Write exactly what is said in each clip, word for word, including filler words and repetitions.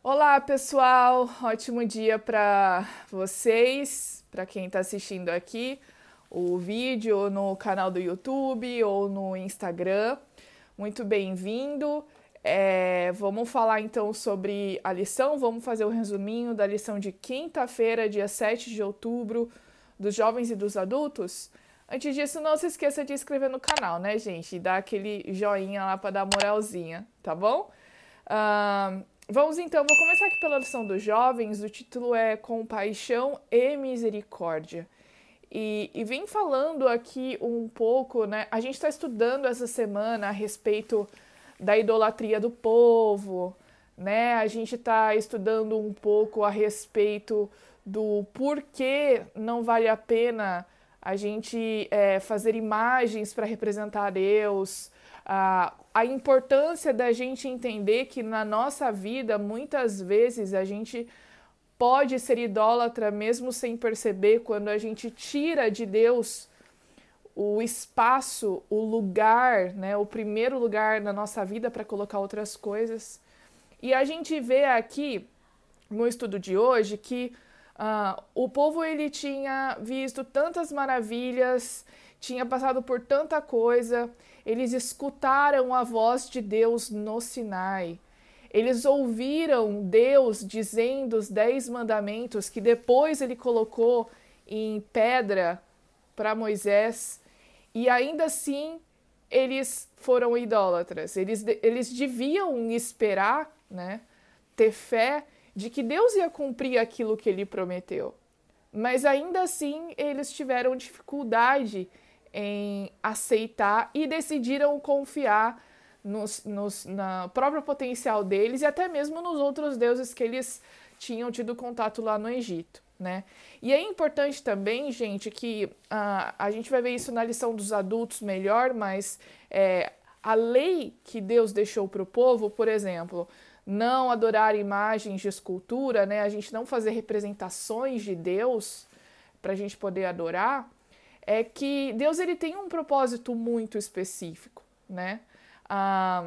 Olá, pessoal! Ótimo dia para vocês, para quem está assistindo aqui o vídeo no canal do YouTube ou no Instagram. Muito bem-vindo. É, vamos falar então sobre a lição. Vamos fazer o resuminho da lição de quinta-feira, dia sete de outubro, dos jovens e dos adultos. Antes disso, não se esqueça de inscrever no canal, né, gente? E dar aquele joinha lá para dar moralzinha, tá bom? Uh, vamos então, vou começar aqui pela lição dos jovens. O título é Compaixão e Misericórdia. E, e vem falando aqui um pouco, né? A gente está estudando essa semana a respeito da idolatria do povo, né? A gente está estudando um pouco a respeito do porquê não vale a pena a gente é, fazer imagens para representar Deus, a, a importância da gente entender que na nossa vida, muitas vezes, a gente pode ser idólatra mesmo sem perceber, quando a gente tira de Deus o espaço, o lugar, né, o primeiro lugar na nossa vida para colocar outras coisas. E a gente vê aqui no estudo de hoje que uh, o povo ele tinha visto tantas maravilhas, tinha passado por tanta coisa, eles escutaram a voz de Deus no Sinai. Eles ouviram Deus dizendo os dez mandamentos que depois ele colocou em pedra para Moisés, e ainda assim eles foram idólatras. Eles, eles deviam esperar, né, ter fé de que Deus ia cumprir aquilo que ele prometeu. Mas ainda assim eles tiveram dificuldade em aceitar e decidiram confiar nos, nos, na própria potencial deles e até mesmo nos outros deuses que eles tinham tido contato lá no Egito, né? E é importante também, gente, que uh, a gente vai ver isso na lição dos adultos melhor, mas é, a lei que Deus deixou para o povo, por exemplo, não adorar imagens de escultura, né? A gente não fazer representações de Deus para a gente poder adorar, é que Deus ele tem um propósito muito específico, né? Ah,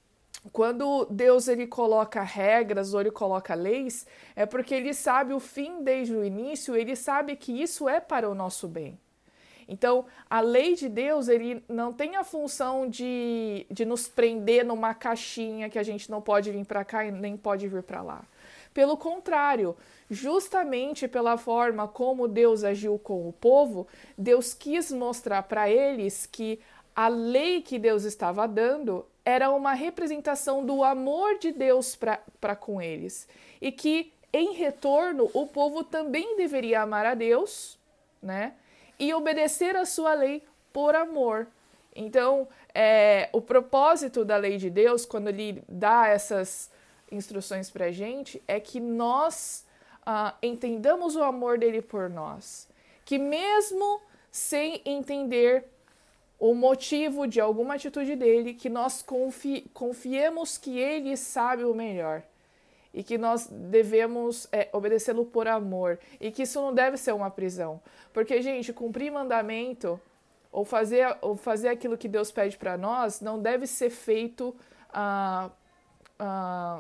quando Deus ele coloca regras ou ele coloca leis, é porque ele sabe o fim desde o início, ele sabe que isso é para o nosso bem. Então, a lei de Deus ele não tem a função de, de nos prender numa caixinha que a gente não pode vir para cá e nem pode vir para lá. Pelo contrário, justamente pela forma como Deus agiu com o povo, Deus quis mostrar para eles que a lei que Deus estava dando era uma representação do amor de Deus para com eles. E que, em retorno, o povo também deveria amar a Deus, né? E obedecer a sua lei por amor. Então, é, o propósito da lei de Deus, quando ele dá essas instruções para a gente, é que nós uh, entendamos o amor dele por nós. Que mesmo sem entender o motivo de alguma atitude dele, que nós confi confiemos que ele sabe o melhor. E que nós devemos é, obedecê-lo por amor. E que isso não deve ser uma prisão. Porque, gente, cumprir mandamento ou fazer, ou fazer aquilo que Deus pede para nós não deve ser feito ah, ah,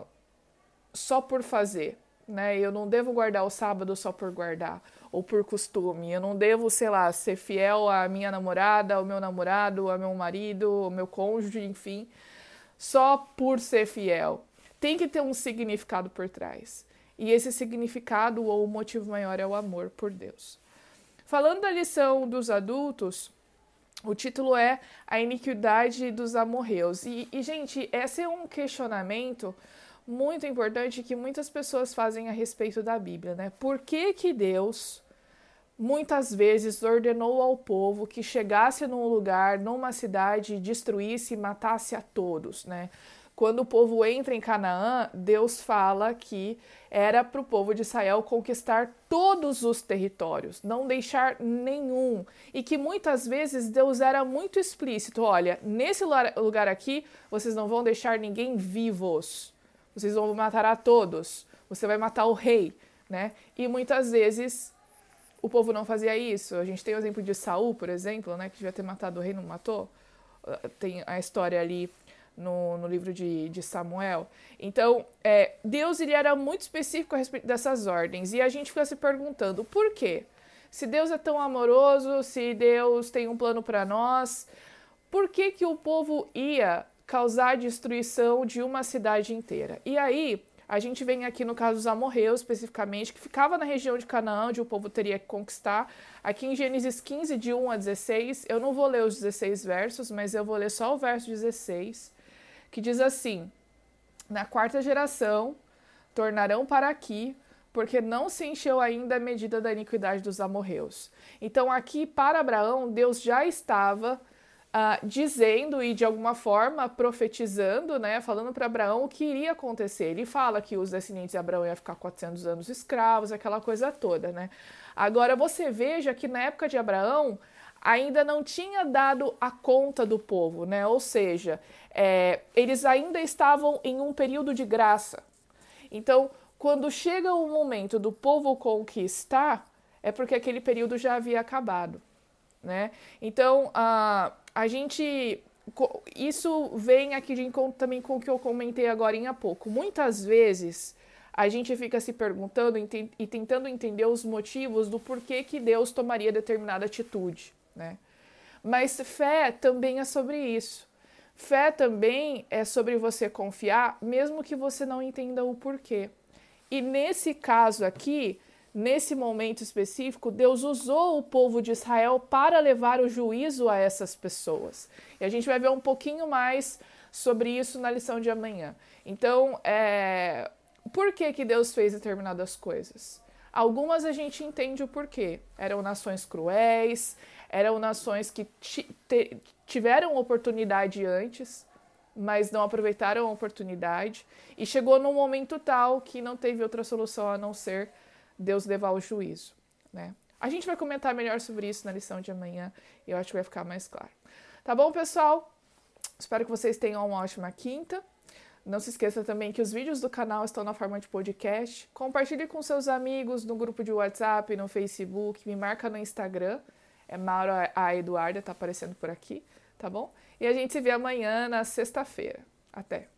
só por fazer. Né? Eu não devo guardar o sábado só por guardar ou por costume. Eu não devo, sei lá, ser fiel à minha namorada, ao meu namorado, ao meu marido, ao meu cônjuge, enfim, só por ser fiel. Tem que ter um significado por trás. E esse significado ou o motivo maior é o amor por Deus. Falando da lição dos adultos, o título é A Iniquidade dos Amorreus. E, e, gente, esse é um questionamento muito importante que muitas pessoas fazem a respeito da Bíblia, né? Por que que Deus muitas vezes ordenou ao povo que chegasse num lugar, numa cidade, destruísse e matasse a todos, né? Quando o povo entra em Canaã, Deus fala que era para o povo de Israel conquistar todos os territórios, não deixar nenhum. E que muitas vezes Deus era muito explícito: olha, nesse lugar aqui vocês não vão deixar ninguém vivos, vocês vão matar a todos, você vai matar o rei, né? E muitas vezes o povo não fazia isso. A gente tem o exemplo de Saul, por exemplo, né, que devia ter matado o rei, não matou. Tem a história ali no, no livro de, de Samuel. Então, é, Deus ele era muito específico a respeito dessas ordens. E a gente fica se perguntando, por quê? Se Deus é tão amoroso, se Deus tem um plano para nós, por que que o povo ia causar a destruição de uma cidade inteira? E aí, a gente vem aqui no caso dos amorreus, especificamente, que ficava na região de Canaã, onde o povo teria que conquistar. Aqui em Gênesis quinze, de um a dezesseis, eu não vou ler os dezesseis versos, mas eu vou ler só o verso dezesseis, que diz assim: na quarta geração tornarão para aqui, porque não se encheu ainda a medida da iniquidade dos amorreus. Então aqui para Abraão, Deus já estava uh, dizendo e de alguma forma profetizando, né, falando para Abraão o que iria acontecer. Ele fala que os descendentes de Abraão iam ficar quatrocentos anos escravos, aquela coisa toda, né? Agora você veja que na época de Abraão ainda não tinha dado a conta do povo, né? Ou seja, é, eles ainda estavam em um período de graça. Então, quando chega o momento do povo conquistar, é porque aquele período já havia acabado, né? Então, a, a gente... Isso vem aqui de encontro também com o que eu comentei agora há pouco. Muitas vezes a gente fica se perguntando e tentando entender os motivos do porquê que Deus tomaria determinada atitude, né? Mas fé também é sobre isso. Fé também é sobre você confiar, mesmo que você não entenda o porquê. E nesse caso aqui, nesse momento específico, Deus usou o povo de Israel para levar o juízo a essas pessoas. E a gente vai ver um pouquinho mais sobre isso na lição de amanhã. Então, é... por que que Deus fez determinadas coisas? Algumas a gente entende o porquê. Eram nações cruéis, eram nações que tiveram oportunidade antes, mas não aproveitaram a oportunidade, e chegou num momento tal que não teve outra solução a não ser Deus levar o juízo, né? A gente vai comentar melhor sobre isso na lição de amanhã, e eu acho que vai ficar mais claro. Tá bom, pessoal? Espero que vocês tenham uma ótima quinta. Não se esqueça também que os vídeos do canal estão na forma de podcast. Compartilhe com seus amigos no grupo de WhatsApp, no Facebook, me marca no Instagram. É Maura a Eduarda, tá aparecendo por aqui, tá bom? E a gente se vê amanhã, na sexta-feira. Até!